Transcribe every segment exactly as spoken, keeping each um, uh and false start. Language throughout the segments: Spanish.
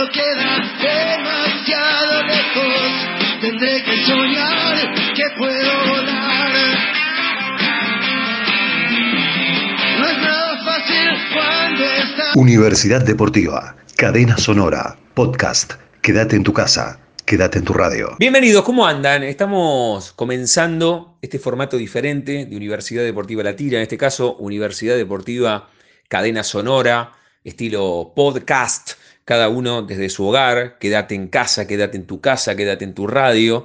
queda demasiado lejos. Tendré que soñar que puedo volar. No es nada fácil cuando estás. Universidad Deportiva, Cadena Sonora, podcast. Quédate en tu casa, quédate en tu radio. Bienvenidos, ¿cómo andan? Estamos comenzando este formato diferente de Universidad Deportiva La Tira, en este caso Universidad Deportiva Cadena Sonora, estilo podcast, cada uno desde su hogar. Quédate en casa, quédate en tu casa, quédate en tu radio.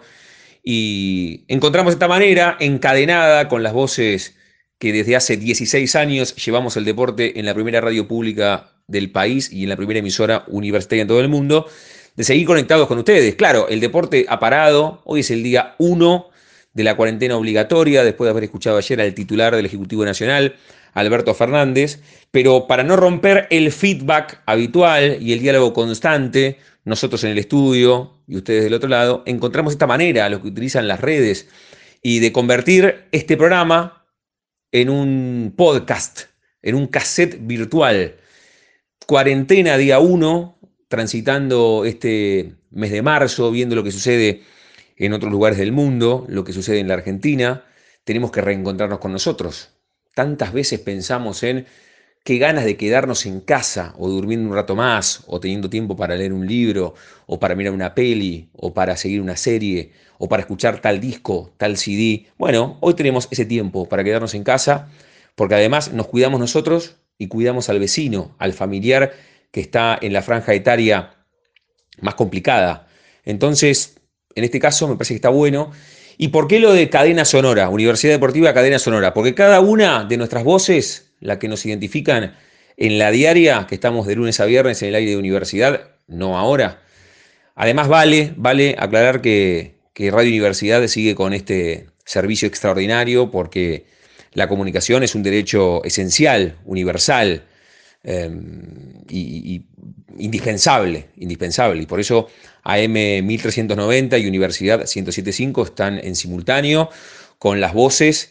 Y encontramos esta manera encadenada con las voces que desde hace dieciséis años llevamos el deporte en la primera radio pública del país y en la primera emisora universitaria en todo el mundo, de seguir conectados con ustedes. Claro, el deporte ha parado, hoy es el día uno de la cuarentena obligatoria, después de haber escuchado ayer al titular del Ejecutivo Nacional, Alberto Fernández, pero para no romper el feedback habitual y el diálogo constante, nosotros en el estudio y ustedes del otro lado, encontramos esta manera, los que utilizan las redes, y de convertir este programa en un podcast, en un cassette virtual. Cuarentena día uno, transitando este mes de marzo, viendo lo que sucede en otros lugares del mundo, lo que sucede en la Argentina. Tenemos que reencontrarnos con nosotros. Tantas veces pensamos en qué ganas de quedarnos en casa, o durmiendo un rato más, o teniendo tiempo para leer un libro, o para mirar una peli, o para seguir una serie, o para escuchar tal disco, tal C D. Bueno, hoy tenemos ese tiempo para quedarnos en casa, porque además nos cuidamos nosotros y cuidamos al vecino, al familiar que está en la franja etaria más complicada. Entonces, en este caso me parece que está bueno. ¿Y por qué lo de Cadena Sonora? Universidad Deportiva Cadena Sonora. Porque cada una de nuestras voces, la que nos identifican en la diaria, que estamos de lunes a viernes en el aire de universidad, no ahora. Además vale, vale aclarar que, que Radio Universidad sigue con este servicio extraordinario porque la comunicación es un derecho esencial, universal, eh, y, y indispensable, indispensable. Y por eso A M mil trescientos noventa y Universidad ciento siete punto cinco están en simultáneo con las voces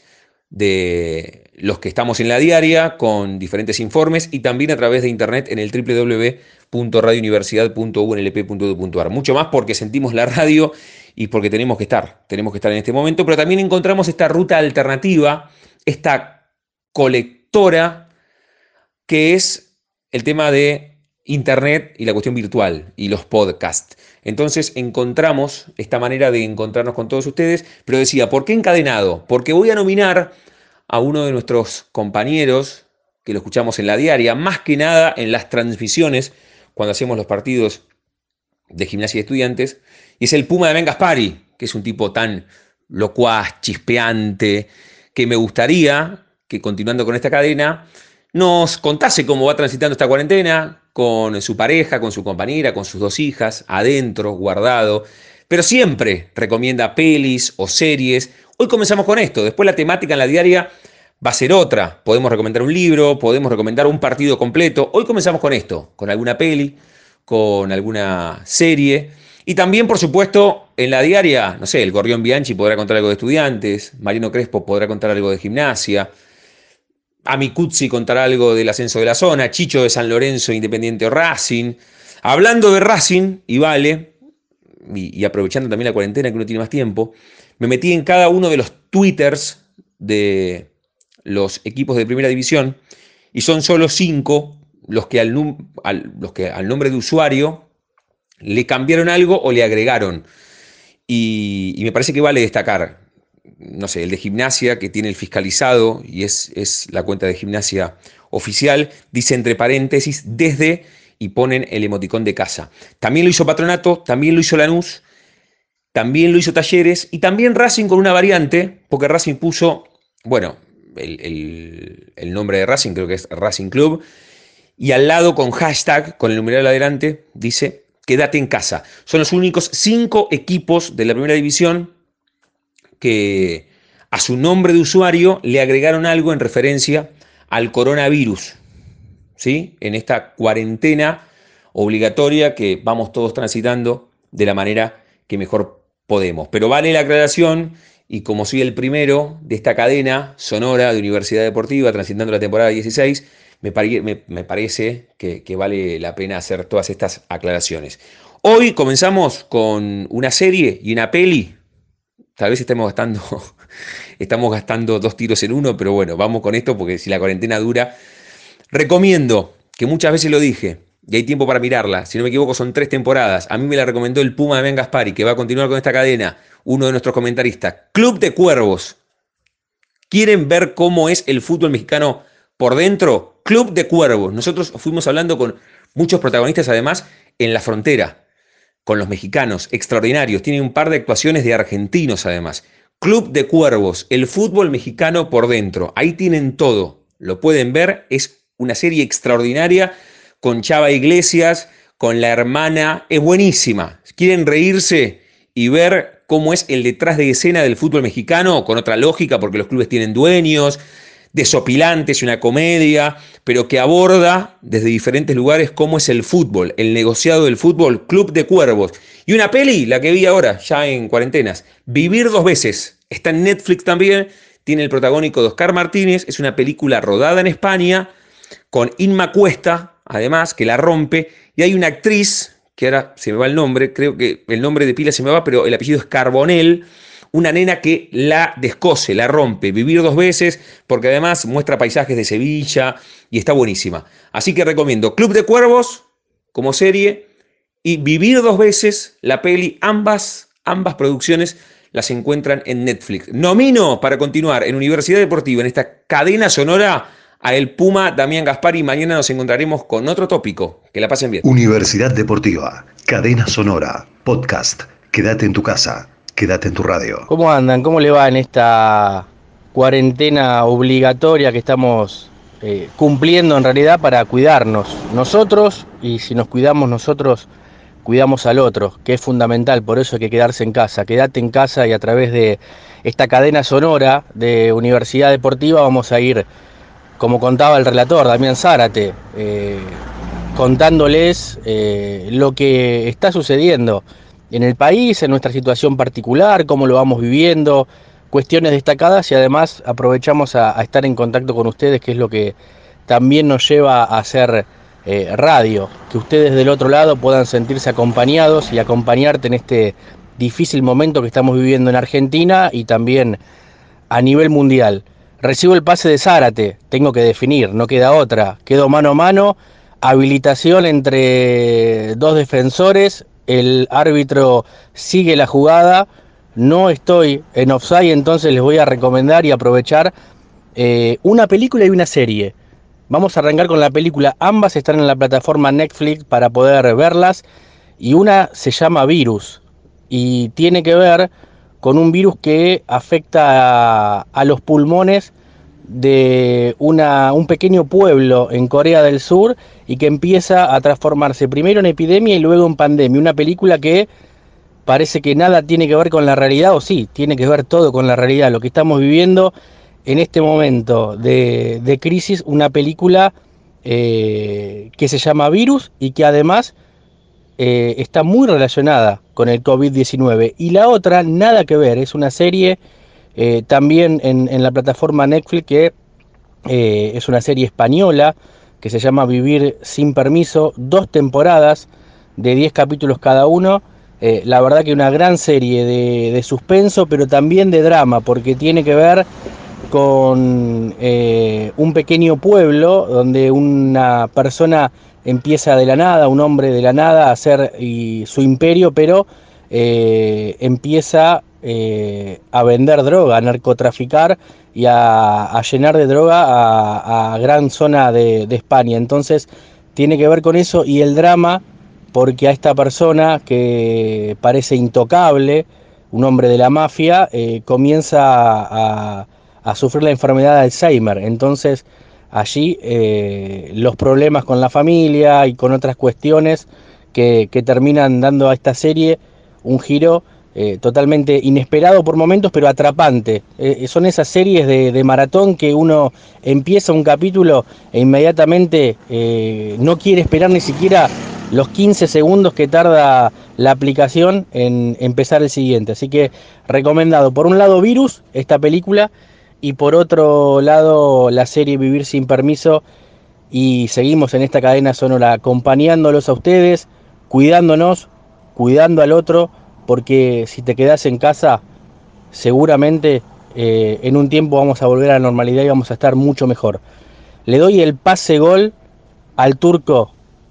de los que estamos en la diaria, con diferentes informes y también a través de internet en el doble u doble u doble u punto radio universidad punto u n l p punto e d u punto a r. Mucho más porque sentimos la radio y porque tenemos que estar, tenemos que estar en este momento, pero también encontramos esta ruta alternativa, esta colectora, que es el tema de internet y la cuestión virtual y los podcasts. Entonces encontramos esta manera de encontrarnos con todos ustedes, pero decía, ¿por qué encadenado? Porque voy a nominar a uno de nuestros compañeros, que lo escuchamos en la diaria, más que nada en las transmisiones, cuando hacemos los partidos de Gimnasia y Estudiantes, y es el Puma de Ben Gaspari, que es un tipo tan locuaz, chispeante, que me gustaría que, continuando con esta cadena, nos contase cómo va transitando esta cuarentena con su pareja, con su compañera, con sus dos hijas, adentro, guardado, pero siempre recomienda pelis o series. Hoy comenzamos con esto, después la temática en la diaria va a ser otra. Podemos recomendar un libro, podemos recomendar un partido completo. Hoy comenzamos con esto, con alguna peli, con alguna serie. Y también, por supuesto, en la diaria, no sé, el Gorrión Bianchi podrá contar algo de Estudiantes, Mariano Crespo podrá contar algo de Gimnasia, Ami Cuzzi contará algo del ascenso de la zona, Chicho de San Lorenzo, Independiente o Racing. Hablando de Racing, y vale, y, y aprovechando también la cuarentena que uno tiene más tiempo, me metí en cada uno de los twitters de los equipos de primera división, y son solo cinco los que al, num- al, los que al nombre de usuario le cambiaron algo o le agregaron. Y, y me parece que vale destacar, no sé, el de Gimnasia, que tiene el fiscalizado y es, es la cuenta de Gimnasia oficial, dice entre paréntesis, desde, y ponen el emoticón de casa. También lo hizo Patronato, también lo hizo Lanús, también lo hizo Talleres y también Racing con una variante, porque Racing puso, bueno, el, el, el nombre de Racing, creo que es Racing Club, y al lado con hashtag, con el numeral adelante, dice, quédate en casa. Son los únicos cinco equipos de la primera división que a su nombre de usuario le agregaron algo en referencia al coronavirus, ¿sí? En esta cuarentena obligatoria que vamos todos transitando de la manera que mejor podemos. Pero vale la aclaración, y como soy el primero de esta cadena sonora de Universidad Deportiva transitando la temporada dieciséis, me, pare, me, me parece que, que vale la pena hacer todas estas aclaraciones. Hoy comenzamos con una serie y una peli. Tal vez estemos gastando, estamos gastando dos tiros en uno, pero bueno, vamos con esto porque si la cuarentena dura. Recomiendo, que muchas veces lo dije, y hay tiempo para mirarla, si no me equivoco son tres temporadas, a mí me la recomendó el Puma Damián Gaspari, que va a continuar con esta cadena, uno de nuestros comentaristas. Club de Cuervos. ¿Quieren ver cómo es el fútbol mexicano por dentro? Club de Cuervos. Nosotros fuimos hablando con muchos protagonistas además en la frontera, con los mexicanos, extraordinarios. Tienen un par de actuaciones de argentinos además. Club de Cuervos, el fútbol mexicano por dentro. Ahí tienen todo. Lo pueden ver, es una serie extraordinaria con Chava Iglesias, con la hermana. Es buenísima. ¿Quieren reírse y ver cómo es el detrás de escena del fútbol mexicano? Con otra lógica, porque los clubes tienen dueños, desopilantes y una comedia, pero que aborda desde diferentes lugares cómo es el fútbol, el negociado del fútbol. Club de Cuervos. Y una peli, la que vi ahora, ya en cuarentenas, Vivir dos veces. Está en Netflix también, tiene el protagónico de Oscar Martínez, es una película rodada en España, con Inma Cuesta, además, que la rompe, y hay una actriz, que ahora se me va el nombre, creo que el nombre de pila se me va, pero el apellido es Carbonell, una nena que la descose, la rompe. Vivir dos veces, porque además muestra paisajes de Sevilla y está buenísima. Así que recomiendo Club de Cuervos como serie y Vivir dos veces, la peli. Ambas, ambas producciones las encuentran en Netflix. Nomino para continuar en Universidad Deportiva, en esta cadena sonora, a el Puma Damián Gaspari. Mañana nos encontraremos con otro tópico. Que la pasen bien. Universidad Deportiva, cadena sonora, podcast. Quédate en tu casa. Quédate en tu radio. ¿Cómo andan? ¿Cómo le va en esta cuarentena obligatoria que estamos eh, cumpliendo en realidad para cuidarnos nosotros? Y si nos cuidamos nosotros, cuidamos al otro, que es fundamental. Por eso hay que quedarse en casa. Quédate en casa, y a través de esta cadena sonora de Universidad Deportiva vamos a ir, como contaba el relator Damián Zárate, eh, contándoles eh, lo que está sucediendo en el país, en nuestra situación particular, cómo lo vamos viviendo, cuestiones destacadas, y además aprovechamos a, a estar en contacto con ustedes, que es lo que también nos lleva a hacer eh, radio, que ustedes del otro lado puedan sentirse acompañados y acompañarte en este difícil momento que estamos viviendo en Argentina y también a nivel mundial. Recibo el pase de Zárate, tengo que definir, no queda otra, quedo mano a mano, habilitación entre dos defensores. El árbitro sigue la jugada, no estoy en offside, entonces les voy a recomendar y aprovechar eh, una película y una serie. Vamos a arrancar con la película, ambas están en la plataforma Netflix para poder verlas, y una se llama Virus, y tiene que ver con un virus que afecta a, a los pulmones de una, un pequeño pueblo en Corea del Sur, y que empieza a transformarse primero en epidemia y luego en pandemia. Una película que parece que nada tiene que ver con la realidad, o sí, tiene que ver todo con la realidad, lo que estamos viviendo en este momento de, de crisis. Una película eh, que se llama Virus y que además eh, está muy relacionada con el COVID diecinueve. Y la otra, nada que ver, es una serie eh, también en, en la plataforma Netflix, que eh, es una serie española que se llama Vivir sin permiso, dos temporadas de diez capítulos cada uno. Eh, la verdad que una gran serie de, de suspenso, pero también de drama, porque tiene que ver con eh, un pequeño pueblo donde una persona empieza de la nada, un hombre de la nada, a hacer y, su imperio, pero eh, empieza eh, a vender droga, a narcotraficar y a, a llenar de droga a, a gran zona de, de España. Entonces tiene que ver con eso y el drama, porque a esta persona que parece intocable, un hombre de la mafia, eh, comienza a, a sufrir la enfermedad de Alzheimer. Entonces allí eh, los problemas con la familia y con otras cuestiones que, que terminan dando a esta serie un giro eh, totalmente inesperado por momentos, pero atrapante. Eh, son esas series de, de maratón que uno empieza un capítulo e inmediatamente eh, no quiere esperar ni siquiera los quince segundos que tarda la aplicación en empezar el siguiente. Así que recomendado. Por un lado Virus, esta película, y por otro lado la serie Vivir sin permiso, y seguimos en esta cadena sonora acompañándolos a ustedes, cuidándonos, cuidando al otro, porque si te quedás en casa, seguramente eh, en un tiempo vamos a volver a la normalidad y vamos a estar mucho mejor. Le doy el pase gol al turco,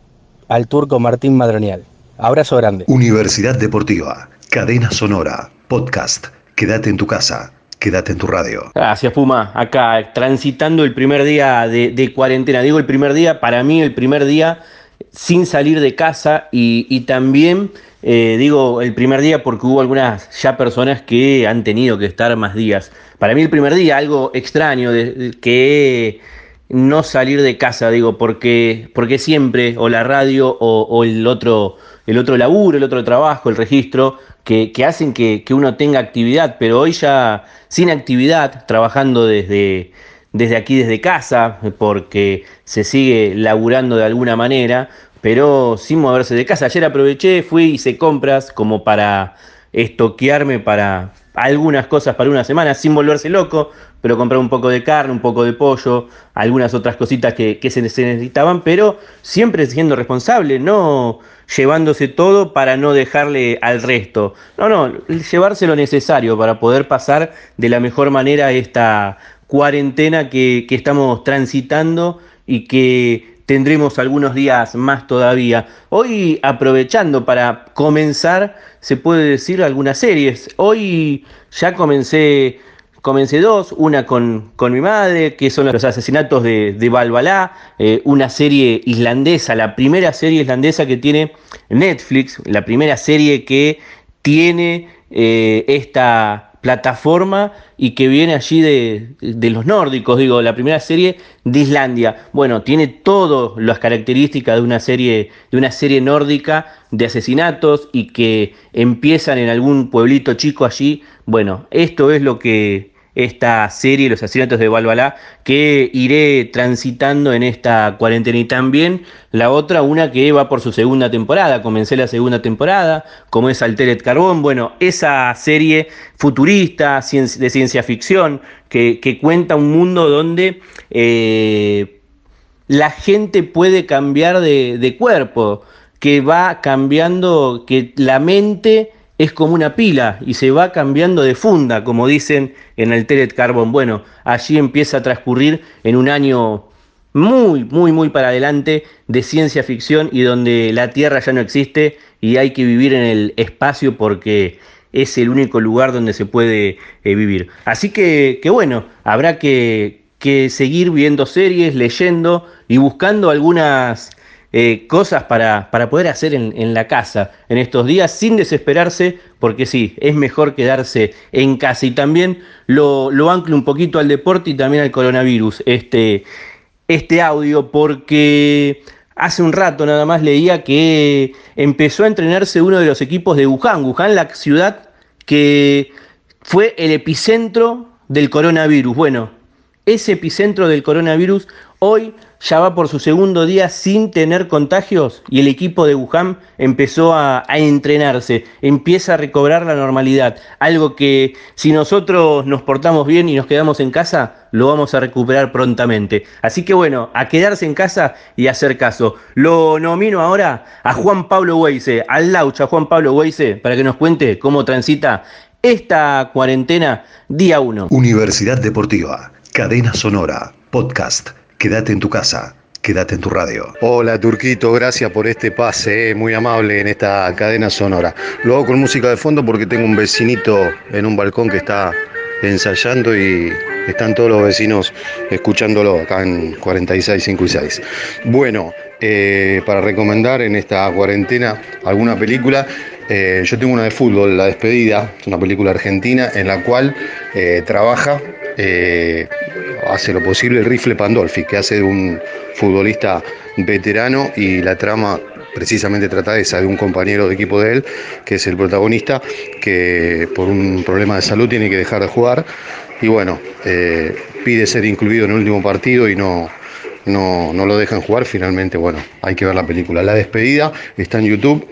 al turco Martín Madronial. Abrazo grande. Universidad Deportiva, Cadena Sonora, Podcast. Quédate en tu casa, quédate en tu radio. Gracias, Puma. Acá transitando el primer día de, de cuarentena. Digo el primer día, para mí el primer día sin salir de casa y, y también eh, digo el primer día porque hubo algunas ya personas que han tenido que estar más días. Para mí el primer día, algo extraño, de, de, que no salir de casa, digo, porque, porque siempre o la radio o, o el otro, el otro laburo, el otro trabajo, el registro, que, que hacen que, que uno tenga actividad, pero hoy ya sin actividad, trabajando desde, desde aquí, desde casa, porque se sigue laburando de alguna manera, pero sin moverse de casa. Ayer aproveché, fui, hice compras como para estoquearme para algunas cosas para una semana, sin volverse loco, pero comprar un poco de carne, un poco de pollo, algunas otras cositas que, que se, se necesitaban, pero siempre siendo responsable, no llevándose todo para no dejarle al resto. No, no, llevarse lo necesario para poder pasar de la mejor manera esta cuarentena que, que estamos transitando y que tendremos algunos días más todavía. Hoy, aprovechando para comenzar, se puede decir algunas series. Hoy ya comencé, comencé dos, una con, con mi madre, que son los asesinatos de, de Valhalla, eh, una serie islandesa, la primera serie islandesa que tiene Netflix, la primera serie que tiene eh, esta plataforma y que viene allí de, de los nórdicos, digo, la primera serie de Islandia. Bueno, tiene todas las características de una serie, de una serie nórdica de asesinatos y que empiezan en algún pueblito chico allí. Bueno, esto es lo que esta serie, Los asesinatos de Valhalla, que iré transitando en esta cuarentena. Y también la otra, una que va por su segunda temporada. Comencé la segunda temporada, como es Altered Carbon. Bueno, esa serie futurista, de ciencia ficción, que, que cuenta un mundo donde eh, la gente puede cambiar de, de cuerpo, que va cambiando, que la mente es como una pila y se va cambiando de funda, como dicen en Altered Carbon. Bueno, allí empieza a transcurrir en un año muy, muy, muy para adelante de ciencia ficción y donde la Tierra ya no existe y hay que vivir en el espacio porque es el único lugar donde se puede eh, vivir. Así que, que bueno, habrá que, que seguir viendo series, leyendo y buscando algunas Eh, cosas para, para poder hacer en, en la casa en estos días sin desesperarse, porque sí, es mejor quedarse en casa. Y también lo, lo anclo un poquito al deporte y también al coronavirus, este, este audio, porque hace un rato nada más leía que empezó a entrenarse uno de los equipos de Wuhan, Wuhan, la ciudad que fue el epicentro del coronavirus. Bueno, ese epicentro del coronavirus hoy ya va por su segundo día sin tener contagios y el equipo de Wuhan empezó a, a entrenarse, empieza a recobrar la normalidad, algo que si nosotros nos portamos bien y nos quedamos en casa, lo vamos a recuperar prontamente. Así que bueno, a quedarse en casa y a hacer caso. Lo nomino ahora a Juan Pablo Weise, al laucha Juan Pablo Weise, para que nos cuente cómo transita esta cuarentena día uno. Universidad Deportiva, Cadena Sonora, Podcast. Quédate en tu casa, quédate en tu radio. Hola Turquito, gracias por este pase, eh, muy amable en esta cadena sonora. Lo hago con música de fondo porque tengo un vecinito en un balcón que está ensayando y están todos los vecinos escuchándolo acá en cuarenta y seis, cinco y seis. Bueno, eh, para recomendar en esta cuarentena alguna película, eh, yo tengo una de fútbol, La Despedida, es una película argentina en la cual eh, trabaja... Eh, hace lo posible el Rifle Pandolfi, que hace de un futbolista veterano y la trama precisamente trata esa, de un compañero de equipo de él, que es el protagonista, que por un problema de salud tiene que dejar de jugar y bueno, eh, pide ser incluido en el último partido y no, no, no lo dejan jugar. Finalmente, bueno, hay que ver la película. La Despedida está en YouTube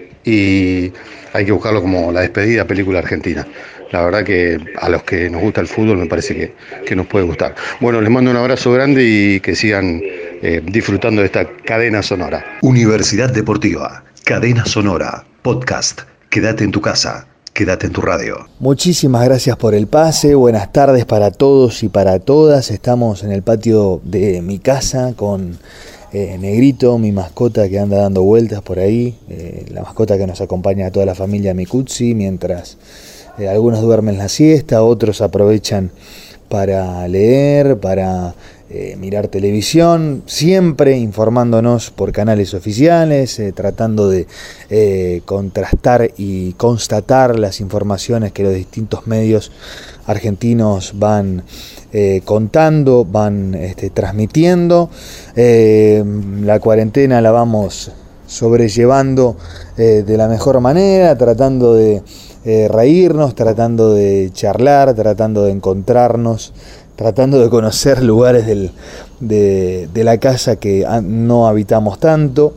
y hay que buscarlo como La Despedida, película argentina. La verdad que a los que nos gusta el fútbol me parece que, que nos puede gustar. Bueno, les mando un abrazo grande y que sigan eh, disfrutando de esta cadena sonora. Universidad Deportiva, Cadena Sonora, podcast. Quédate en tu casa, quédate en tu radio. Muchísimas gracias por el pase, buenas tardes para todos y para todas. Estamos en el patio de mi casa con eh, Negrito, mi mascota que anda dando vueltas por ahí, eh, la mascota que nos acompaña a toda la familia Mikutsi, mientras eh, algunos duermen la siesta, otros aprovechan para leer, para eh, mirar televisión, siempre informándonos por canales oficiales, eh, tratando de eh, contrastar y constatar las informaciones que los distintos medios argentinos van eh, contando, van este, transmitiendo. Eh, la cuarentena la vamos sobrellevando eh, de la mejor manera, tratando de Eh, reírnos, tratando de charlar, tratando de encontrarnos, tratando de conocer lugares del, de, de la casa que no habitamos tanto,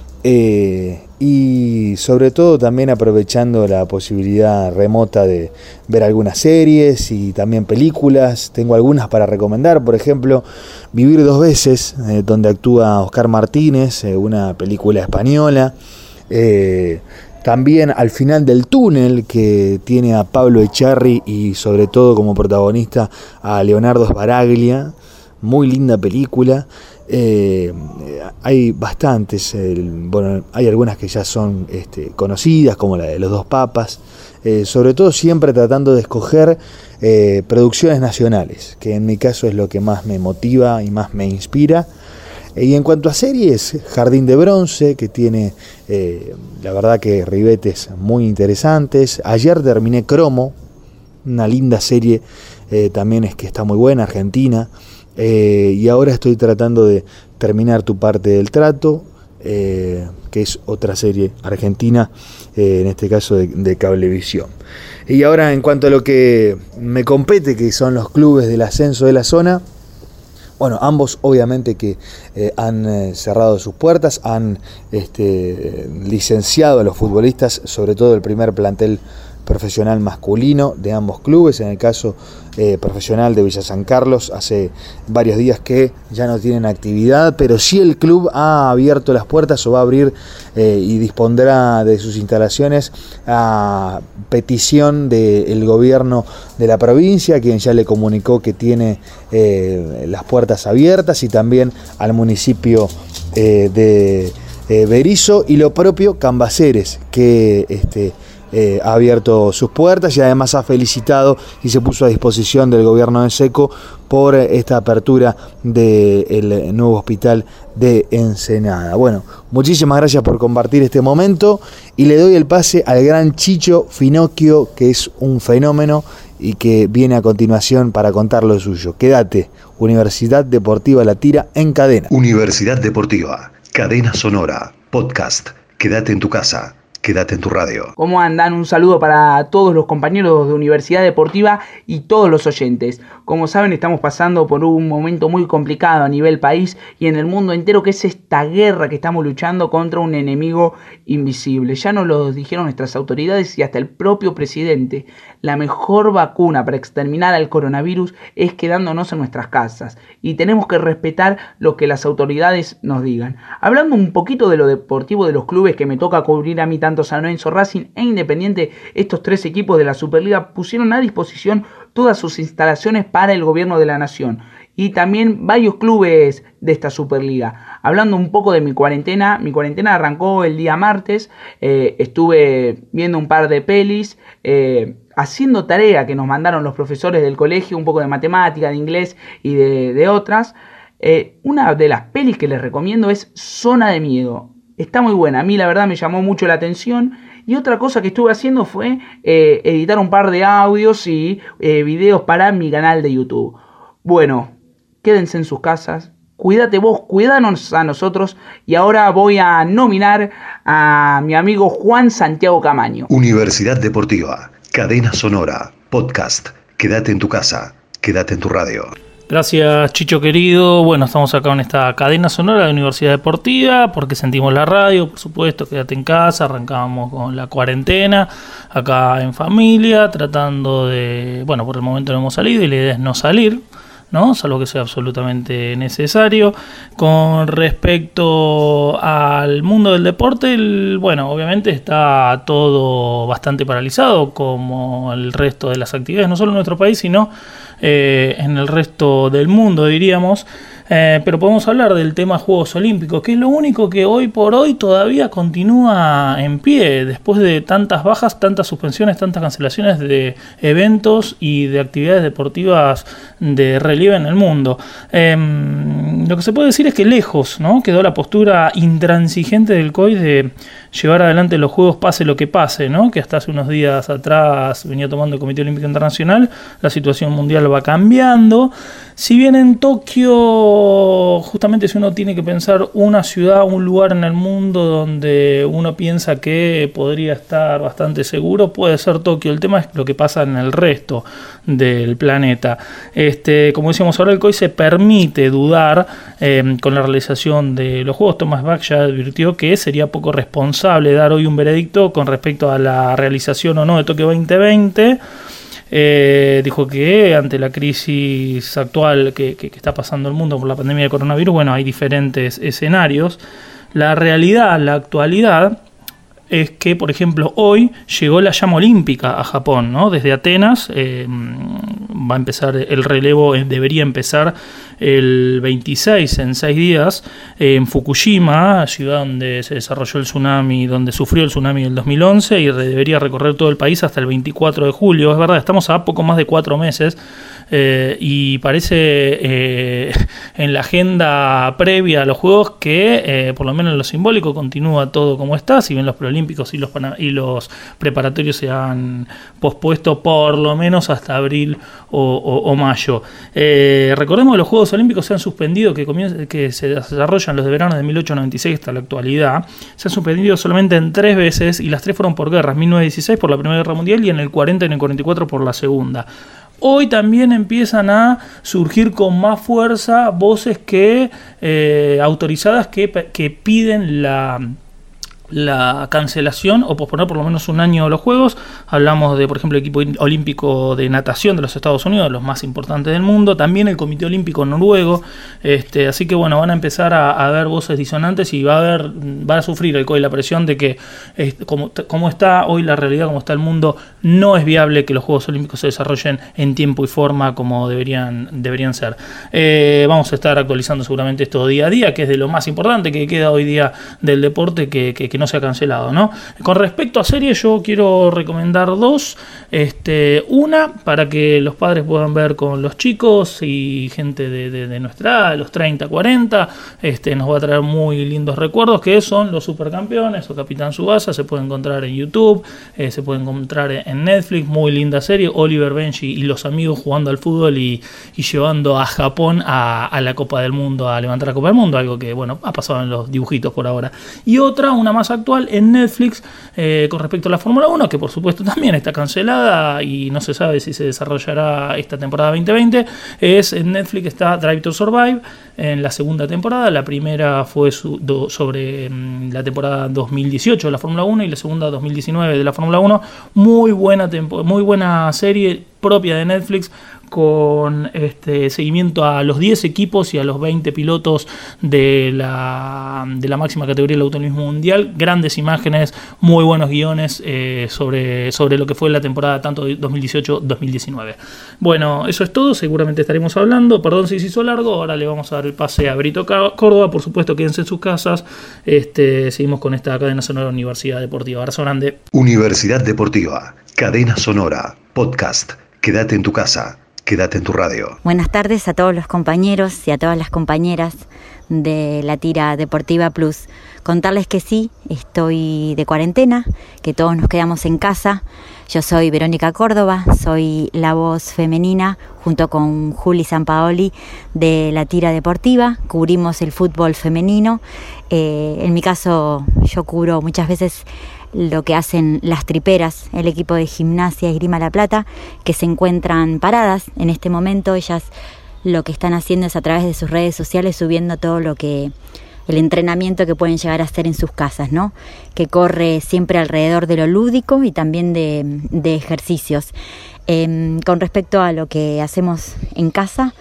eh, y sobre todo también aprovechando la posibilidad remota de ver algunas series y también películas. Tengo algunas para recomendar, por ejemplo Vivir dos veces, eh, donde actúa Oscar Martínez, eh, una película española. eh, También Al final del túnel, que tiene a Pablo Echarri y sobre todo como protagonista a Leonardo Sbaraglia. Muy linda película. Eh, hay bastantes, eh, bueno, hay algunas que ya son este, conocidas, como la de Los dos papas. Eh, sobre todo siempre tratando de escoger eh, producciones nacionales, que en mi caso es lo que más me motiva y más me inspira. Y en cuanto a series, Jardín de Bronce, que tiene, eh, la verdad que ribetes muy interesantes. Ayer terminé Cromo, una linda serie, eh, también es que está muy buena, argentina. Eh, y ahora estoy tratando de terminar Tu parte del trato, eh, que es otra serie argentina, eh, en este caso de, de Cablevisión. Y ahora en cuanto a lo que me compete, que son los clubes del ascenso de la zona, bueno, ambos obviamente que eh, han eh, cerrado sus puertas, han este, licenciado a los futbolistas, sobre todo el primer plantel profesional masculino de ambos clubes. En el caso eh, profesional de Villa San Carlos, hace varios días que ya no tienen actividad, pero sí el club ha abierto las puertas o va a abrir eh, y dispondrá de sus instalaciones a petición del gobierno de la provincia, quien ya le comunicó que tiene eh, las puertas abiertas, y también al municipio eh, de eh, Berisso, y lo propio Cambaceres, que este Eh, ha abierto sus puertas y además ha felicitado y se puso a disposición del gobierno de Seco por esta apertura del nuevo hospital de Ensenada. Bueno, muchísimas gracias por compartir este momento y le doy el pase al gran Chicho Finocchio, que es un fenómeno y que viene a continuación para contar lo suyo. Quédate, Universidad Deportiva La Tira en cadena. Universidad Deportiva, Cadena Sonora, podcast. Quédate en tu casa. Quédate en tu radio. ¿Cómo andan? Un saludo para todos los compañeros de Universidad Deportiva y todos los oyentes. Como saben, estamos pasando por un momento muy complicado a nivel país y en el mundo entero, que es esta guerra que estamos luchando contra un enemigo invisible. Ya nos lo dijeron nuestras autoridades y hasta el propio presidente. La mejor vacuna para exterminar al coronavirus es quedándonos en nuestras casas y tenemos que respetar lo que las autoridades nos digan. Hablando un poquito de lo deportivo de los clubes que me toca cubrir a mí, tanto San Lorenzo, Racing e Independiente, estos tres equipos de la Superliga pusieron a disposición todas sus instalaciones para el gobierno de la nación y también varios clubes de esta Superliga. Hablando un poco de mi cuarentena, mi cuarentena arrancó el día martes, eh, estuve viendo un par de pelis, eh, haciendo tarea que nos mandaron los profesores del colegio, un poco de matemática, de inglés y de, de otras. Eh, una de las pelis que les recomiendo es Zona de Miedo. Está muy buena, a mí la verdad me llamó mucho la atención. Y otra cosa que estuve haciendo fue eh, editar un par de audios y eh, videos para mi canal de YouTube. Bueno, quédense en sus casas, cuídate vos, cuídanos a nosotros. Y ahora voy a nominar a mi amigo Juan Santiago Camaño. Universidad Deportiva, Cadena Sonora, podcast. Quédate en tu casa, quédate en tu radio. Gracias, Chicho querido. Bueno, estamos acá en esta cadena sonora de Universidad Deportiva porque sentimos la radio, por supuesto. Quédate en casa, arrancábamos con la cuarentena acá en familia, tratando de, bueno, por el momento no hemos salido y la idea es no salir, ¿no? Salvo que sea absolutamente necesario. Con respecto al mundo del deporte, el, bueno, obviamente está todo bastante paralizado, como el resto de las actividades, no solo en nuestro país, sino eh, en el resto del mundo, diríamos. Eh, pero podemos hablar del tema Juegos Olímpicos, que es lo único que hoy por hoy todavía continúa en pie, después de tantas bajas, tantas suspensiones, tantas cancelaciones de eventos y de actividades deportivas de relieve en el mundo. Eh, lo que se puede decir es que lejos, ¿no?, quedó la postura intransigente del C O I de llevar adelante los Juegos pase lo que pase, ¿no?, que hasta hace unos días atrás venía tomando el Comité Olímpico Internacional. La situación mundial va cambiando. Si bien en Tokio, justamente si uno tiene que pensar una ciudad, un lugar en el mundo donde uno piensa que podría estar bastante seguro, puede ser Tokio. El tema es lo que pasa en el resto del planeta. Este, como decíamos ahora, el C O I se permite dudar eh, con la realización de los Juegos. Thomas Bach ya advirtió que sería poco responsable dar hoy un veredicto con respecto a la realización o no de Tokio veinte veinte. Eh, dijo que ante la crisis actual que, que, que está pasando el mundo por la pandemia de coronavirus, bueno, hay diferentes escenarios. La realidad, la actualidad, es que, por ejemplo, hoy llegó la llama olímpica a Japón, ¿no? Desde Atenas eh, va a empezar el relevo, eh, debería empezar el veintiséis, en seis días, eh, en Fukushima, ciudad donde se desarrolló el tsunami, donde sufrió el tsunami del dos mil once, y re- debería recorrer todo el país hasta el veinticuatro de julio. Es verdad, estamos a poco más de cuatro meses. Eh, y parece eh, en la agenda previa a los Juegos que, eh, por lo menos en lo simbólico, continúa todo como está, si bien los preolímpicos y los, pana- y los preparatorios se han pospuesto por lo menos hasta abril o, o, o mayo. Eh, recordemos que los Juegos Olímpicos se han suspendido, que, comien- que se desarrollan los de verano de mil ochocientos noventa y seis hasta la actualidad, se han suspendido solamente en tres veces, y las tres fueron por guerras: mil novecientos dieciséis por la Primera Guerra Mundial y en el cuarenta y en el cuarenta y cuatro por la Segunda. Hoy también empiezan a surgir con más fuerza voces que eh, autorizadas que, que piden la, la cancelación o posponer por lo menos un año los Juegos. Hablamos de, por ejemplo, el equipo olímpico de natación de los Estados Unidos, los más importantes del mundo, también el Comité Olímpico Noruego. Este, así que bueno, van a empezar a, a haber voces disonantes y va a haber, va a sufrir el C O I la presión de que eh, como, como está hoy la realidad, como está el mundo, no es viable que los Juegos Olímpicos se desarrollen en tiempo y forma como deberían, deberían ser. Eh, vamos a estar actualizando seguramente esto día a día, que es de lo más importante que queda hoy día del deporte, que, que, que no se ha cancelado, ¿no? Con respecto a series, yo quiero recomendar dos. Este, una, para que los padres puedan ver con los chicos y gente de, de, de nuestra edad, de los treinta, cuarenta, este, nos va a traer muy lindos recuerdos, que son Los Supercampeones o Capitán Tsubasa. Se puede encontrar en YouTube, eh, se puede encontrar en Netflix, muy linda serie. Oliver Benji y los amigos jugando al fútbol y, y llevando a Japón a, a la Copa del Mundo, a levantar la Copa del Mundo, algo que, bueno, ha pasado en los dibujitos por ahora. Y otra, una más actual, en Netflix, eh, con respecto a la Fórmula uno, que por supuesto también está cancelada y no se sabe si se desarrollará esta temporada veinte veinte, es en Netflix está Drive to Survive, en la segunda temporada. La primera fue su, do, sobre mm, la temporada dos mil dieciocho de la Fórmula uno y la segunda dos mil diecinueve de la Fórmula uno. Muy buena, tempo, muy buena serie propia de Netflix, con este seguimiento a los diez equipos y a los veinte pilotos de la, de la máxima categoría del automovilismo mundial. Grandes imágenes, muy buenos guiones eh, sobre, sobre lo que fue la temporada tanto de dos mil dieciocho dos mil diecinueve. Bueno, eso es todo, seguramente estaremos hablando. Perdón si se hizo largo, ahora le vamos a dar el pase a Brito Córdoba. Por supuesto, quédense en sus casas. Este, seguimos con esta cadena sonora Universidad Deportiva. Abrazo grande. Universidad Deportiva, cadena sonora, podcast. Quédate en tu casa. Quédate en tu radio. Buenas tardes a todos los compañeros y a todas las compañeras de la Tira Deportiva Plus. Contarles que sí, estoy de cuarentena, que todos nos quedamos en casa. Yo soy Verónica Córdoba, soy la voz femenina junto con Juli Sampaoli de la Tira Deportiva. Cubrimos el fútbol femenino. Eh, en mi caso, yo cubro muchas veces lo que hacen las triperas, el equipo de Gimnasia Esgrima La Plata, que se encuentran paradas en este momento. Ellas lo que están haciendo es a través de sus redes sociales subiendo todo lo que el entrenamiento que pueden llegar a hacer en sus casas, ¿no? Que corre siempre alrededor de lo lúdico y también de, de ejercicios. Eh, con respecto a lo que hacemos en casa,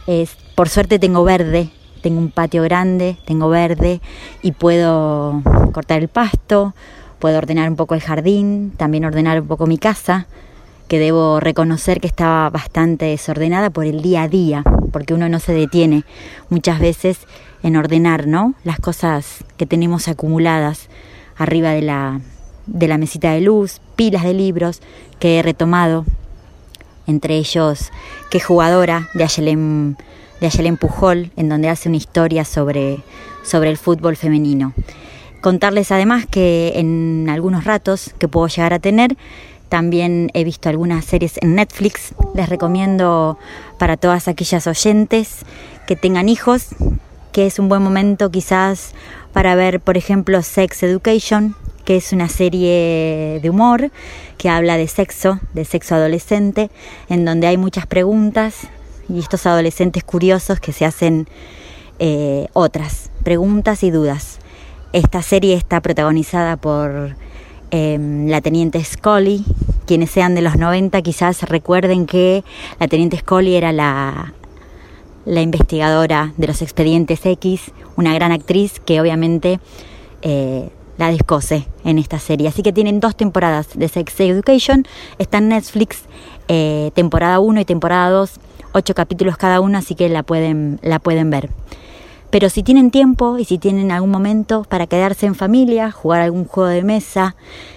Es, por suerte tengo verde, tengo un patio grande, tengo verde y puedo cortar el pasto, puedo ordenar un poco el jardín, también ordenar un poco mi casa, que debo reconocer que estaba bastante desordenada por el día a día, porque uno no se detiene muchas veces en ordenar, ¿no?, las cosas que tenemos acumuladas arriba de la, de la mesita de luz, pilas de libros que he retomado, entre ellos Qué jugadora, de Ayelen, de Ayelen Pujol, en donde hace una historia sobre, sobre el fútbol femenino. Contarles además que en algunos ratos que puedo llegar a tener, también he visto algunas series en Netflix. Les recomiendo para todas aquellas oyentes que tengan hijos, que es un buen momento quizás para ver, por ejemplo, Sex Education, que es una serie de humor que habla de sexo, de sexo adolescente, en donde hay muchas preguntas y estos adolescentes curiosos que se hacen eh, otras preguntas y dudas. Esta serie está protagonizada por eh, la teniente Scully. Quienes sean de los noventa quizás recuerden que la teniente Scully era la, la investigadora de los expedientes X, una gran actriz que obviamente eh, la descoce en esta serie. Así que tienen dos temporadas de Sex Education, está en Netflix, eh, temporada uno y temporada dos, ocho capítulos cada uno, así que la pueden, la pueden ver. Pero si tienen tiempo y si tienen algún momento para quedarse en familia, jugar algún juego de mesa,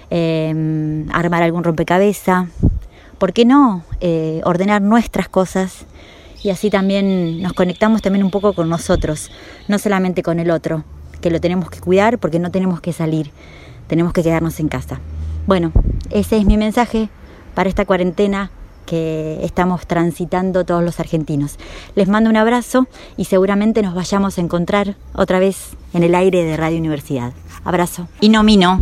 eh, armar algún rompecabezas, ¿por qué no eh, ordenar nuestras cosas? Y así también nos conectamos también un poco con nosotros, no solamente con el otro, que lo tenemos que cuidar porque no tenemos que salir, tenemos que quedarnos en casa. Bueno, ese es mi mensaje para esta cuarentena que estamos transitando todos los argentinos. Les mando un abrazo y seguramente nos vayamos a encontrar otra vez en el aire de Radio Universidad. Abrazo. Y nomino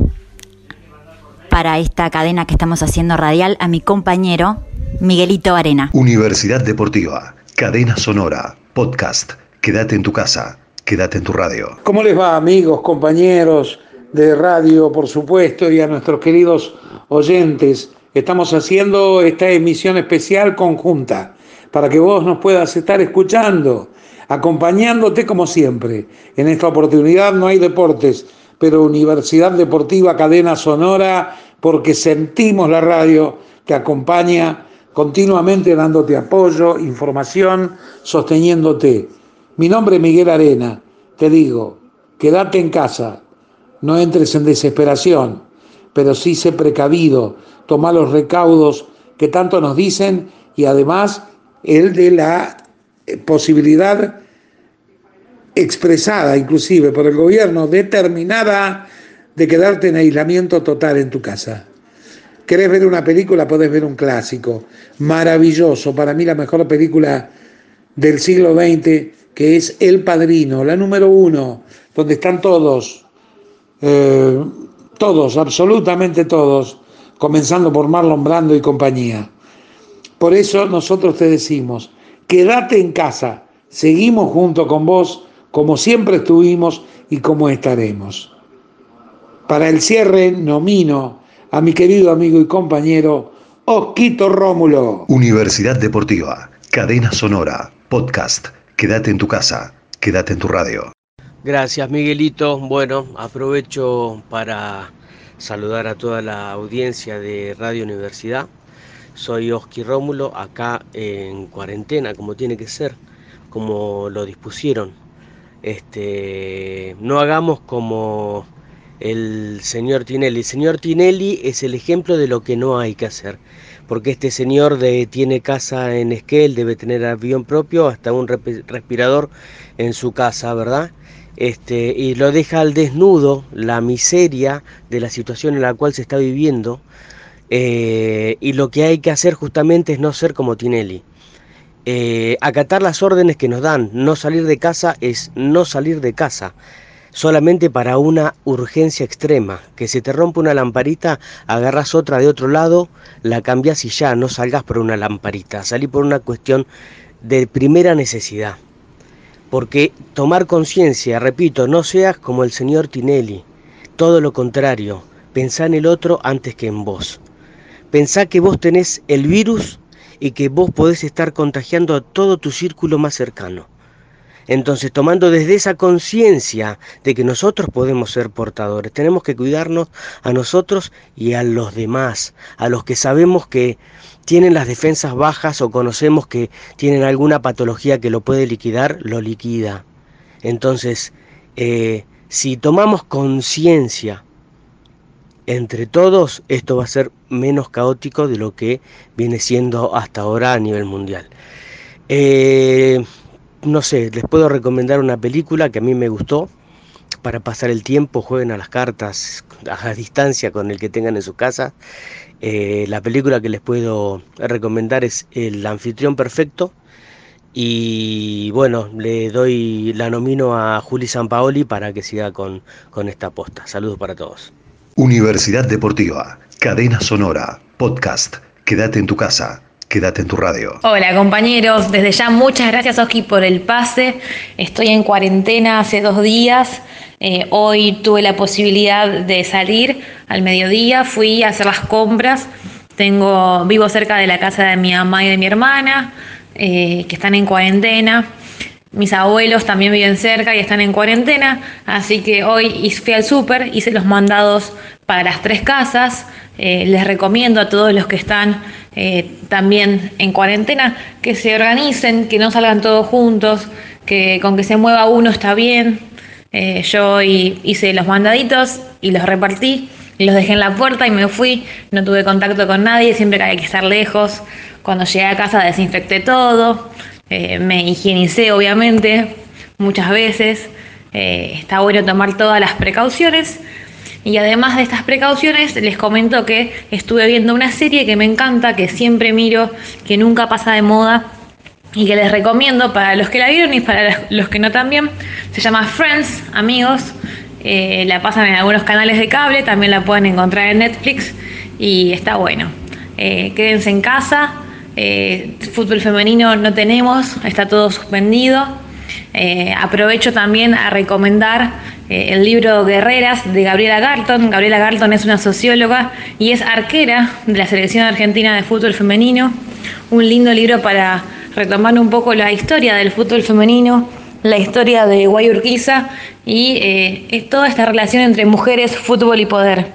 para esta cadena que estamos haciendo radial a mi compañero Miguelito Arena. Universidad Deportiva, Cadena Sonora, Podcast. Quédate en tu casa, quédate en tu radio. ¿Cómo les va, amigos, compañeros de radio, por supuesto, y a nuestros queridos oyentes? Estamos haciendo esta emisión especial conjunta para que vos nos puedas estar escuchando, acompañándote como siempre. En esta oportunidad no hay deportes, pero Universidad Deportiva Cadena Sonora, porque sentimos la radio que acompaña continuamente dándote apoyo, información, sosteniéndote. Mi nombre es Miguel Arena, te digo, quédate en casa, no entres en desesperación, pero sí sé precavido, toma los recaudos que tanto nos dicen y además el de la posibilidad expresada inclusive por el gobierno determinada de quedarte en aislamiento total en tu casa. ¿Querés ver una película? Podés ver un clásico maravilloso, para mí la mejor película del siglo veinte, que es El Padrino, la número uno, donde están todos, eh, todos, absolutamente todos, comenzando por Marlon Brando y compañía. Por eso nosotros te decimos, quédate en casa, seguimos junto con vos, como siempre estuvimos y como estaremos. Para el cierre nomino a mi querido amigo y compañero Osquito Rómulo. Universidad Deportiva, Cadena Sonora, Podcast. Quédate en tu casa, quédate en tu radio. Gracias, Miguelito. Bueno, aprovecho para saludar a toda la audiencia de Radio Universidad. Soy Osqui Rómulo, acá en cuarentena, como tiene que ser, como lo dispusieron. Este, no hagamos como el señor Tinelli. El señor Tinelli es el ejemplo de lo que no hay que hacer, porque este señor de, tiene casa en Esquel, debe tener avión propio, hasta un respirador en su casa, ¿verdad? Este, y lo deja al desnudo la miseria de la situación en la cual se está viviendo, eh, y lo que hay que hacer justamente es no ser como Tinelli, eh, acatar las órdenes que nos dan. No salir de casa es no salir de casa solamente para una urgencia extrema, que se te rompe una lamparita, agarras otra de otro lado, la cambias y ya, no salgas por una lamparita, salí por una cuestión de primera necesidad. Porque tomar conciencia, repito, no seas como el señor Tinelli, todo lo contrario, pensá en el otro antes que en vos. Pensá que vos tenés el virus y que vos podés estar contagiando a todo tu círculo más cercano. Entonces, tomando desde esa conciencia de que nosotros podemos ser portadores, tenemos que cuidarnos a nosotros y a los demás, a los que sabemos que tienen las defensas bajas o conocemos que tienen alguna patología que lo puede liquidar, lo liquida. Entonces, eh, si tomamos conciencia entre todos, esto va a ser menos caótico de lo que viene siendo hasta ahora a nivel mundial. Eh, no sé, les puedo recomendar una película que a mí me gustó para pasar el tiempo. Jueguen a las cartas a distancia con el que tengan en su casa. Eh, la película que les puedo recomendar es El Anfitrión Perfecto. Y bueno, le doy, la nomino a Juli Sampaoli para que siga con, con esta posta. Saludos para todos. Universidad Deportiva, Cadena Sonora, podcast. Quédate en tu casa, quédate en tu radio. Hola compañeros, desde ya muchas gracias Oski por el pase. Estoy en cuarentena hace dos días. Eh, hoy tuve la posibilidad de salir al mediodía, fui a hacer las compras. Tengo, vivo cerca de la casa de mi mamá y de mi hermana, eh, que están en cuarentena. Mis abuelos también viven cerca y están en cuarentena, así que hoy fui al súper, hice los mandados para las tres casas. Eh, les recomiendo a todos los que están eh, también en cuarentena que se organicen, que no salgan todos juntos, que con que se mueva uno está bien. Eh, yo hice los mandaditos y los repartí, los dejé en la puerta y me fui. No tuve contacto con nadie, siempre que hay que estar lejos. Cuando llegué a casa desinfecté todo, eh, me higienicé obviamente muchas veces. Eh, está bueno tomar todas las precauciones. Y además de estas precauciones, les comento que estuve viendo una serie que me encanta, que siempre miro, que nunca pasa de moda y que les recomiendo para los que la vieron y para los que no también. Se llama Friends, amigos. Eh, la pasan en algunos canales de cable, también la pueden encontrar en Netflix y está bueno. Eh, quédense en casa. Eh, fútbol femenino no tenemos, está todo suspendido. Eh, aprovecho también a recomendar eh, el libro Guerreras de Gabriela Garton. Gabriela Garton es una socióloga y es arquera de la selección argentina de fútbol femenino. Un lindo libro para retomar un poco la historia del fútbol femenino, la historia de Guay Urquiza y eh, toda esta relación entre mujeres, fútbol y poder.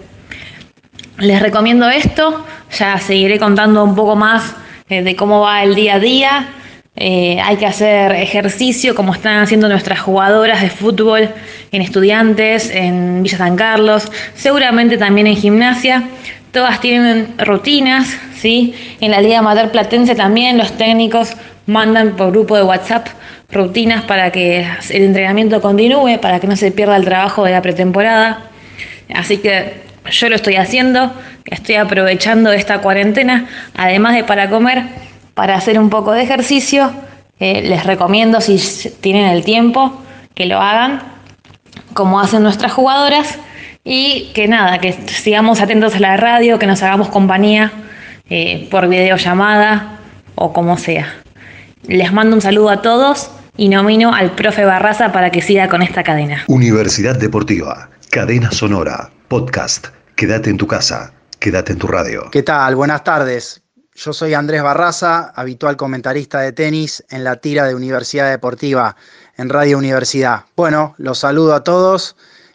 Les recomiendo esto, ya seguiré contando un poco más eh, de cómo va el día a día. Eh, hay que hacer ejercicio como están haciendo nuestras jugadoras de fútbol en Estudiantes, en Villa San Carlos, seguramente también en gimnasia. Todas tienen rutinas, ¿sí? En la Liga Amateur Platense también los técnicos mandan por grupo de WhatsApp rutinas para que el entrenamiento continúe, para que no se pierda el trabajo de la pretemporada. Así que yo lo estoy haciendo, estoy aprovechando esta cuarentena, además de para comer, para hacer un poco de ejercicio. Eh, les recomiendo, si tienen el tiempo, que lo hagan como hacen nuestras jugadoras y que nada, que sigamos atentos a la radio, que nos hagamos compañía eh, por videollamada o como sea. Les mando un saludo a todos y nomino al profe Barraza para que siga con esta cadena. Universidad Deportiva, Cadena Sonora, podcast. Quédate en tu casa, quédate en tu radio. ¿Qué tal? Buenas tardes. Yo soy Andrés Barraza, habitual comentarista de tenis en la tira de Universidad Deportiva en Radio Universidad. Bueno, los saludo a todos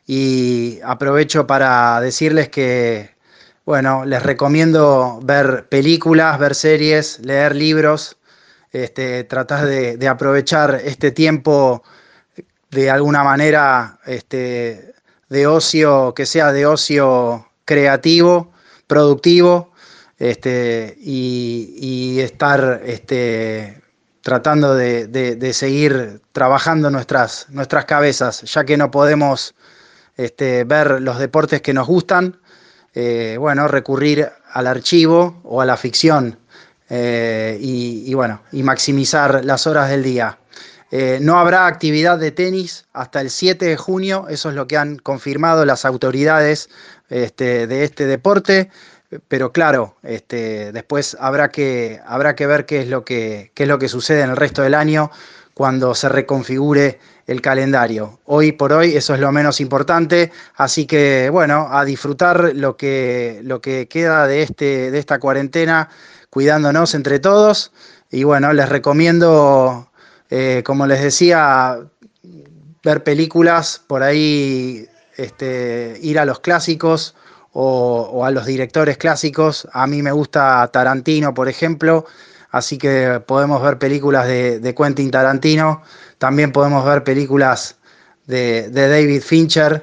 y aprovecho para decirles que, bueno, les recomiendo ver películas, ver series, leer libros, este, tratar de, de aprovechar este tiempo de alguna manera este, de ocio, que sea de ocio creativo, productivo. Este, y, y estar este, tratando de, de, de seguir trabajando nuestras, nuestras cabezas, ya que no podemos este, ver los deportes que nos gustan, eh, bueno, recurrir al archivo o a la ficción eh, y, y, bueno, y maximizar las horas del día. Eh, no habrá actividad de tenis hasta el siete de junio, eso es lo que han confirmado las autoridades este, de este deporte. Pero claro, este, después habrá que, habrá que ver qué es lo que, qué es lo que sucede en el resto del año cuando se reconfigure el calendario. Hoy por hoy eso es lo menos importante, así que bueno, a disfrutar lo que, lo que queda de, este, de esta cuarentena cuidándonos entre todos. Y bueno, les recomiendo, eh, como les decía, ver películas, por ahí este, ir a los clásicos o, o a los directores clásicos. A mí me gusta Tarantino, por ejemplo, así que podemos ver películas de, de Quentin Tarantino. También podemos ver películas de, de David Fincher,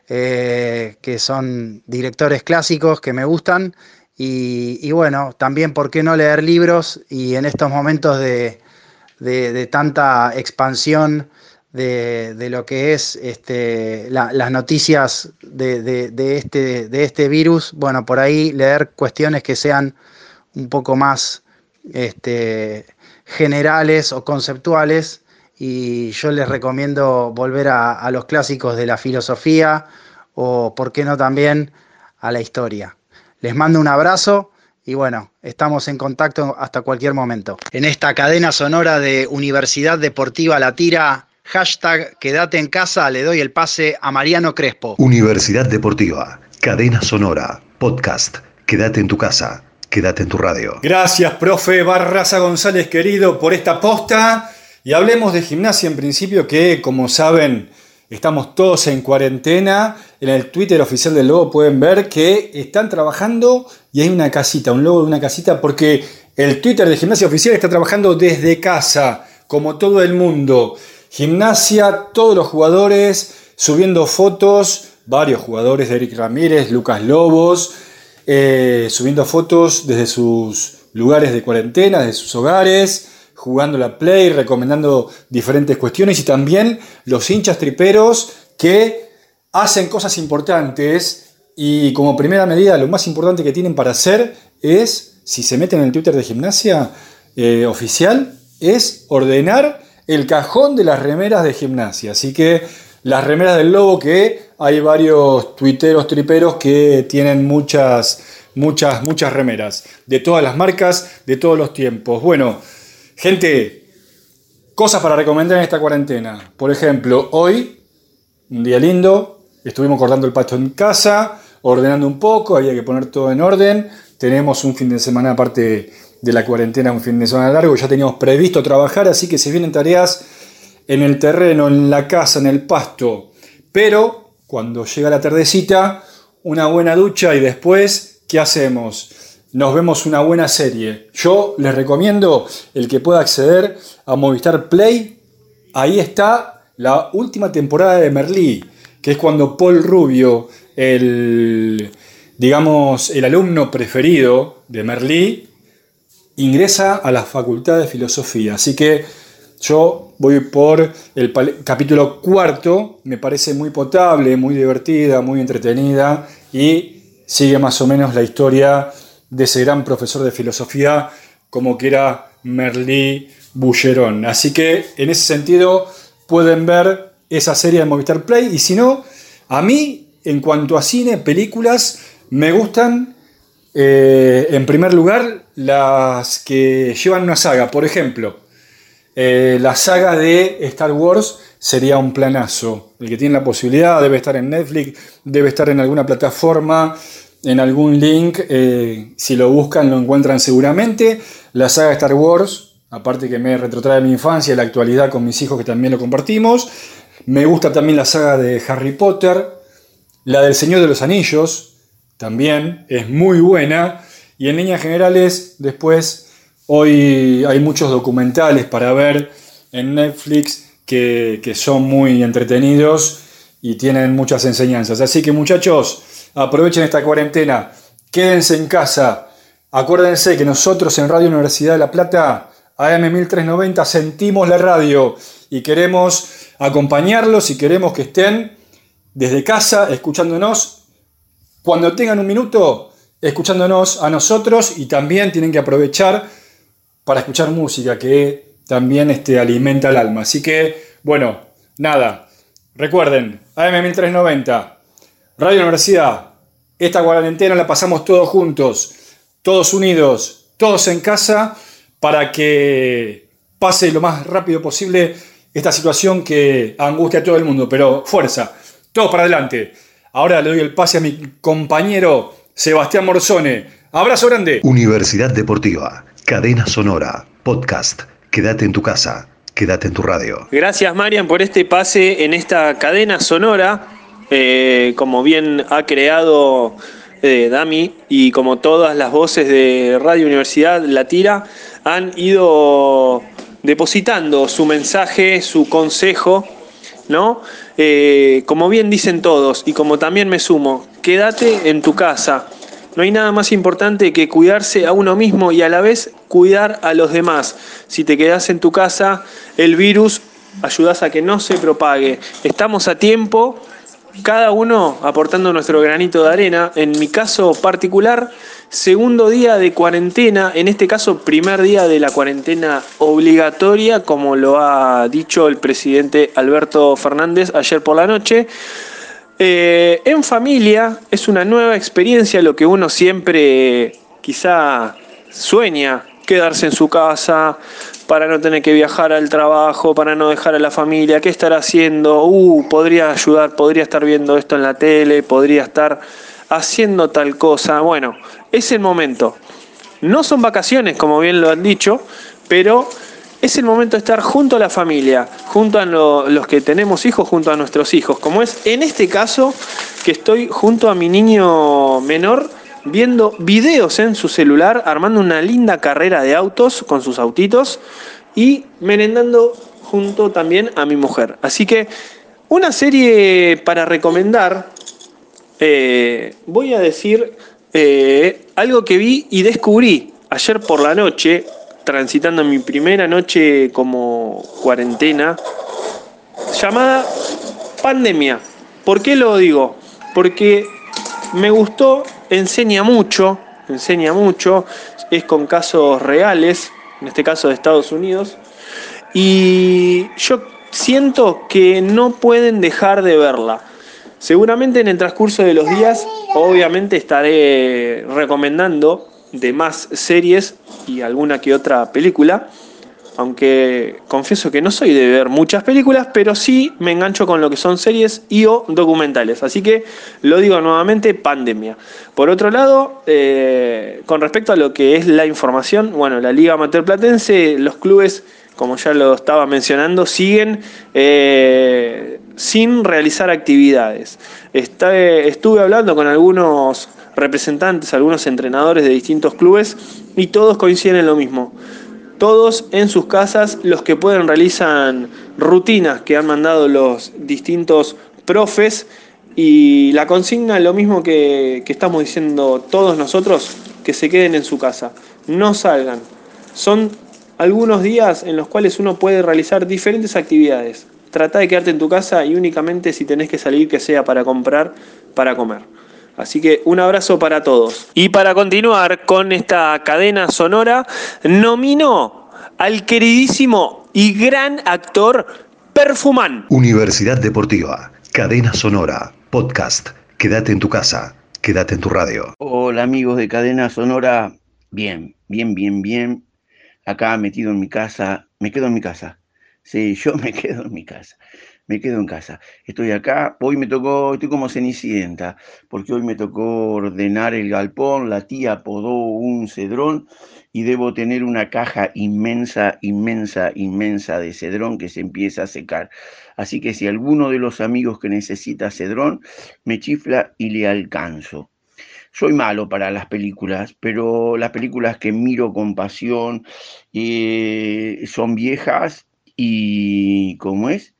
eh, que son directores clásicos que me gustan. Y, y bueno, también por qué no leer libros, y en estos momentos de, de, de tanta expansión de, de lo que es este, la, las noticias de, de, de, este, de este virus, bueno, por ahí leer cuestiones que sean un poco más este, generales o conceptuales, y yo les recomiendo volver a, a los clásicos de la filosofía o, por qué no, también a la historia. Les mando un abrazo y bueno, estamos en contacto hasta cualquier momento. En esta cadena sonora de Universidad Deportiva La Tira, hashtag Quédate en casa, le doy el pase a Mariano Crespo. Universidad Deportiva, cadena sonora, podcast. Quédate en tu casa, quédate en tu radio. Gracias, profe Barraza González, querido, por esta posta. Y hablemos de gimnasia en principio, que como saben, estamos todos en cuarentena. En el Twitter oficial del Lobo pueden ver que están trabajando y hay una casita, un logo de una casita, porque el Twitter de Gimnasia Oficial está trabajando desde casa, como todo el mundo. Gimnasia, todos los jugadores subiendo fotos, varios jugadores, de Eric Ramírez, Lucas Lobos, eh, subiendo fotos desde sus lugares de cuarentena, desde sus hogares, jugando la Play, recomendando diferentes cuestiones, y también los hinchas triperos que hacen cosas importantes, y como primera medida lo más importante que tienen para hacer es, si se meten en el Twitter de Gimnasia eh, Oficial, es ordenar el cajón de las remeras de Gimnasia. Así que las remeras del Lobo, que hay varios tuiteros triperos que tienen muchas, muchas, muchas remeras, de todas las marcas, de todos los tiempos. Bueno, gente, cosas para recomendar en esta cuarentena. Por ejemplo, hoy, un día lindo, estuvimos cortando el pasto en casa, ordenando un poco, había que poner todo en orden. Tenemos un fin de semana, aparte de la cuarentena, un fin de semana largo, ya teníamos previsto trabajar, así que se vienen tareas en el terreno, en la casa, en el pasto. Pero cuando llega la tardecita, una buena ducha, y después, ¿qué hacemos? Nos vemos una buena serie. Yo les recomiendo, el que pueda acceder a Movistar Play, ahí está la última temporada de Merlí, que es cuando Paul Rubio, el, digamos, el alumno preferido de Merlí, ingresa a la Facultad de Filosofía. Así que yo voy por el capítulo cuarto, me parece muy potable, muy divertida, muy entretenida, y sigue más o menos la historia de ese gran profesor de filosofía como que era Merlí Bullerón. Así que en ese sentido pueden ver esa serie de Movistar Play, y si no, a mí, en cuanto a cine, películas, me gustan eh, en primer lugar las que llevan una saga. Por ejemplo, eh, la saga de Star Wars sería un planazo. El que tiene la posibilidad debe estar en Netflix, debe estar en alguna plataforma, en algún link, eh, si lo buscan lo encuentran seguramente. La saga de Star Wars, aparte que me retrotrae a mi infancia y la actualidad con mis hijos, que también lo compartimos. Me gusta también la saga de Harry Potter, la del Señor de los Anillos, también es muy buena. Y en líneas generales, después, hoy hay muchos documentales para ver en Netflix que, que son muy entretenidos y tienen muchas enseñanzas. Así que, muchachos, aprovechen esta cuarentena, quédense en casa. Acuérdense que nosotros en Radio Universidad de La Plata, A M mil trescientos noventa, sentimos la radio y queremos acompañarlos, y queremos que estén desde casa escuchándonos. Cuando tengan un minuto, escuchándonos a nosotros, y también tienen que aprovechar para escuchar música, que también este, alimenta el alma. Así que, bueno, nada, recuerden, A M mil trescientos noventa, Radio Universidad, esta cuarentena la pasamos todos juntos, todos unidos, todos en casa, para que pase lo más rápido posible esta situación que angustia a todo el mundo. Pero fuerza, todos para adelante. Ahora le doy el pase a mi compañero Sebastián Morzone. Abrazo grande. Universidad Deportiva, Cadena Sonora, podcast. Quédate en tu casa, quédate en tu radio. Gracias, Marian, por este pase en esta cadena sonora, eh, como bien ha creado eh, Dami, y como todas las voces de Radio Universidad La Tira han ido depositando su mensaje, su consejo, ¿no? Eh, como bien dicen todos, y como también me sumo, quédate en tu casa. No hay nada más importante que cuidarse a uno mismo y a la vez cuidar a los demás. Si te quedás en tu casa, el virus ayudás a que no se propague. Estamos a tiempo, cada uno aportando nuestro granito de arena. En mi caso particular, segundo día de cuarentena, en este caso primer día de la cuarentena obligatoria, como lo ha dicho el presidente Alberto Fernández ayer por la noche. Eh, en familia es una nueva experiencia, lo que uno siempre quizá sueña, quedarse en su casa para no tener que viajar al trabajo, para no dejar a la familia. ¿Qué estará haciendo? Uh, podría ayudar, podría estar viendo esto en la tele, podría estar haciendo tal cosa. Bueno, es el momento. No son vacaciones, como bien lo han dicho, pero es el momento de estar junto a la familia, junto a lo, los que tenemos hijos, junto a nuestros hijos, como es en este caso que estoy junto a mi niño menor viendo videos en su celular, armando una linda carrera de autos con sus autitos y merendando junto también a mi mujer. Así que una serie para recomendar, eh, voy a decir eh, algo que vi y descubrí ayer por la noche, transitando mi primera noche como cuarentena, llamada Pandemia. ¿Por qué lo digo? Porque me gustó, enseña mucho, enseña mucho, es con casos reales, en este caso de Estados Unidos, y yo siento que no pueden dejar de verla. Seguramente en el transcurso de los días, obviamente estaré recomendando de más series y alguna que otra película, aunque confieso que no soy de ver muchas películas, pero sí me engancho con lo que son series y o documentales, así que lo digo nuevamente, Pandemia. Por otro lado, eh, con respecto a lo que es la información, bueno, la Liga Amateur Platense, los clubes, como ya lo estaba mencionando, siguen eh, sin realizar actividades. Está, estuve hablando con algunos representantes, algunos entrenadores de distintos clubes y todos coinciden en lo mismo. Todos en sus casas, los que pueden realizan rutinas que han mandado los distintos profes y la consigna lo mismo que, que estamos diciendo todos nosotros, que se queden en su casa, no salgan. Son algunos días en los cuales uno puede realizar diferentes actividades. Trata de quedarte en tu casa y únicamente si tenés que salir que sea para comprar, para comer. Así que un abrazo para todos. Y para continuar con esta cadena sonora, nomino al queridísimo y gran actor Perfumán. Universidad Deportiva, Cadena Sonora, podcast. Quédate en tu casa, quédate en tu radio. Hola amigos de Cadena Sonora, bien, bien, bien, bien. Acá metido en mi casa, me quedo en mi casa. Sí, yo me quedo en mi casa. Me quedo en casa. Estoy acá, hoy me tocó, estoy como Cenicienta, porque hoy me tocó ordenar el galpón, la tía podó un cedrón y debo tener una caja inmensa, inmensa, inmensa de cedrón que se empieza a secar. Así que si alguno de los amigos que necesita cedrón, me chifla y le alcanzo. Soy malo para las películas, pero las películas que miro con pasión eh, son viejas y, ¿cómo es?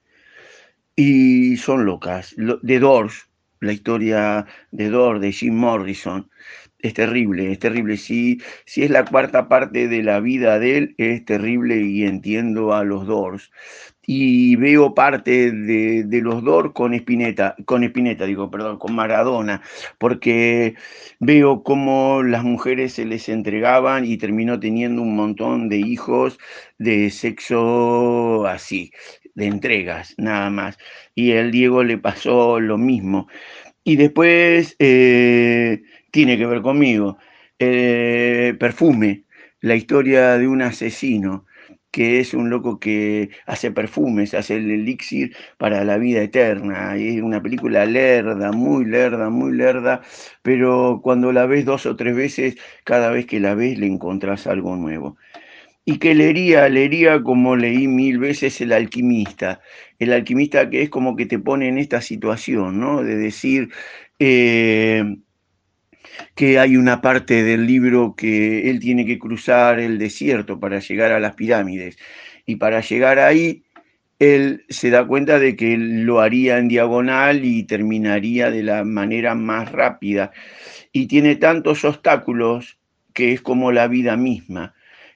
Y son locas. The Doors, la historia de Doors, de Jim Morrison, es terrible, es terrible. Si, si es la cuarta parte de la vida de él, es terrible y entiendo a los Doors. Y veo parte de, de los Doors con Spinetta, con Spinetta, digo, perdón, con Maradona, porque veo cómo las mujeres se les entregaban y terminó teniendo un montón de hijos de sexo así, de entregas, nada más. Y al Diego le pasó lo mismo. Y después eh, tiene que ver conmigo. Eh, Perfume, la historia de un asesino. que es un loco que hace perfumes, hace el elixir para la vida eterna. Y es una película lerda, muy lerda, muy lerda, pero cuando la ves dos o tres veces, cada vez que la ves le encontrás algo nuevo. Y que leería, leería como leí mil veces El Alquimista. El Alquimista, que es como que te pone en esta situación, ¿no? De decir... Eh, que hay una parte del libro que él tiene que cruzar el desierto para llegar a las pirámides. Y para llegar ahí, él se da cuenta de que lo haría en diagonal y terminaría de la manera más rápida. Y tiene tantos obstáculos que es como la vida misma,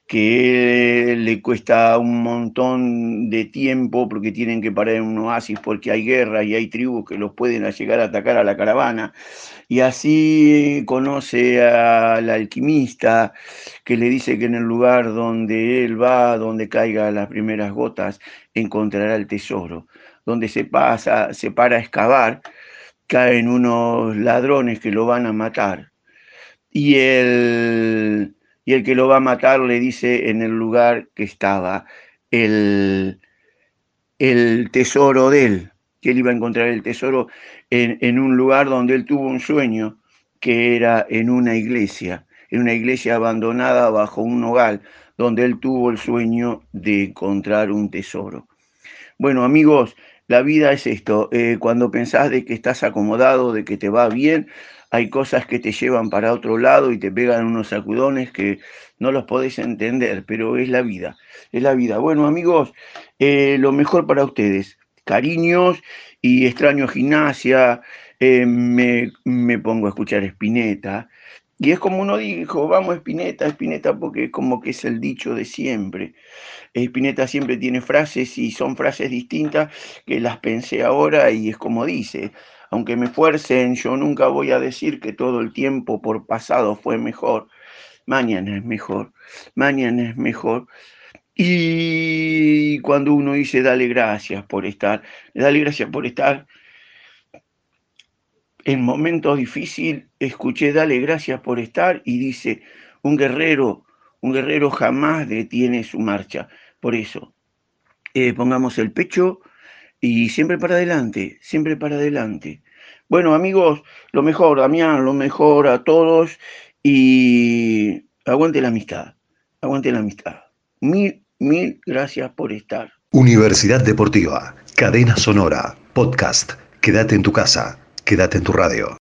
que le cuesta un montón de tiempo porque tienen que parar en un oasis porque hay guerra y hay tribus que los pueden llegar a atacar a la caravana. Y así conoce al alquimista que le dice que en el lugar donde él va, donde caiga las primeras gotas, encontrará el tesoro. Donde se pasa, se para a excavar, caen unos ladrones que lo van a matar. Y el, y el que lo va a matar le dice en el lugar que estaba el, el tesoro de él, que él iba a encontrar el tesoro en, en un lugar donde él tuvo un sueño, que era en una iglesia, en una iglesia abandonada bajo un nogal, donde él tuvo el sueño de encontrar un tesoro. Bueno, amigos, la vida es esto. Eh, cuando pensás de que estás acomodado, de que te va bien, hay cosas que te llevan para otro lado y te pegan unos sacudones que no los podés entender, pero es la vida, es la vida. Bueno, amigos, eh, lo mejor para ustedes. Cariños y extraño Gimnasia, eh, me, me pongo a escuchar Spinetta. Y es como uno dijo, vamos Spinetta, Spinetta, porque es como que es el dicho de siempre. Spinetta siempre tiene frases y son frases distintas que las pensé ahora y es como dice, aunque me fuercen, yo nunca voy a decir que todo el tiempo por pasado fue mejor. Mañana es mejor, mañana es mejor. Y cuando uno dice dale gracias por estar, dale gracias por estar, en momentos difíciles escuché dale gracias por estar y dice, un guerrero, un guerrero jamás detiene su marcha. Por eso, eh, pongamos el pecho y siempre para adelante, siempre para adelante. Bueno, amigos, lo mejor, Damián, lo mejor a todos y aguante la amistad, aguante la amistad. Mil, mil gracias por estar. Universidad Deportiva, Cadena Sonora, podcast. Quédate en tu casa, quédate en tu radio.